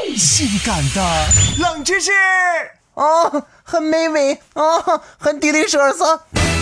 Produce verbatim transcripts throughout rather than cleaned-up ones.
性感的冷知识哦，很美味哦，很 delicious。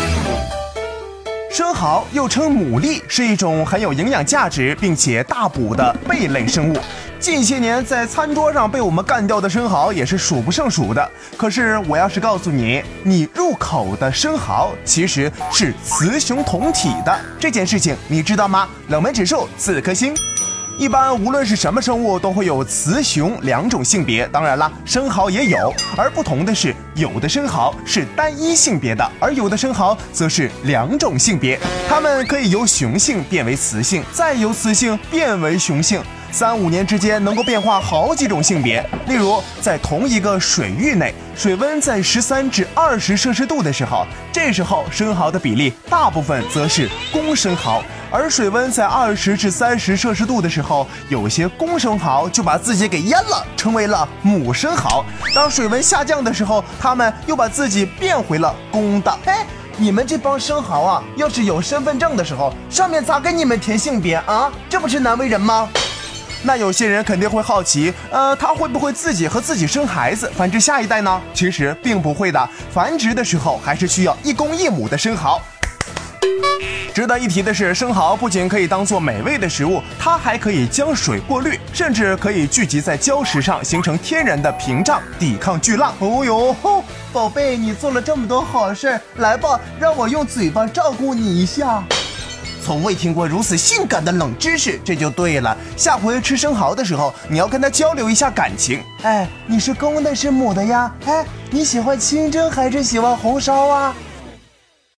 生蚝又称牡蛎，是一种很有营养价值并且大补的贝类生物。近些年在餐桌上被我们干掉的生蚝也是数不胜数的。可是我要是告诉你，你入口的生蚝其实是雌雄同体的，这件事情你知道吗？冷门指数四颗星。一般无论是什么生物都会有雌雄两种性别，当然了，生蚝也有，而不同的是，有的生蚝是单一性别的，而有的生蚝则是两种性别，它们可以由雄性变为雌性，再由雌性变为雄性，三五年之间能够变化好几种性别。例如，在同一个水域内，水温在十三至二十摄氏度的时候，这时候生蚝的比例大部分则是公生蚝。而水温在二十至三十摄氏度的时候，有些公生蚝就把自己给淹了，成为了母生蚝。当水温下降的时候，它们又把自己变回了公的。 哎，你们这帮生蚝啊，要是有身份证的时候，上面咋给你们填性别啊？这不是难为人吗？ 那有些人肯定会好奇，呃，他会不会自己和自己生孩子，繁殖下一代呢？其实并不会的，繁殖的时候还是需要一公一母的生蚝。值得一提的是，生蚝不仅可以当做美味的食物，它还可以将水过滤，甚至可以聚集在礁石上，形成天然的屏障，抵抗巨浪。 哦呦，宝贝，你做了这么多好事，来吧，让我用嘴巴照顾你一下。 从未听过如此性感的冷知识，这就对了。下回吃生蚝的时候，你要跟他交流一下感情。 哎，你是公的是母的呀？哎，你喜欢清蒸还是喜欢红烧啊？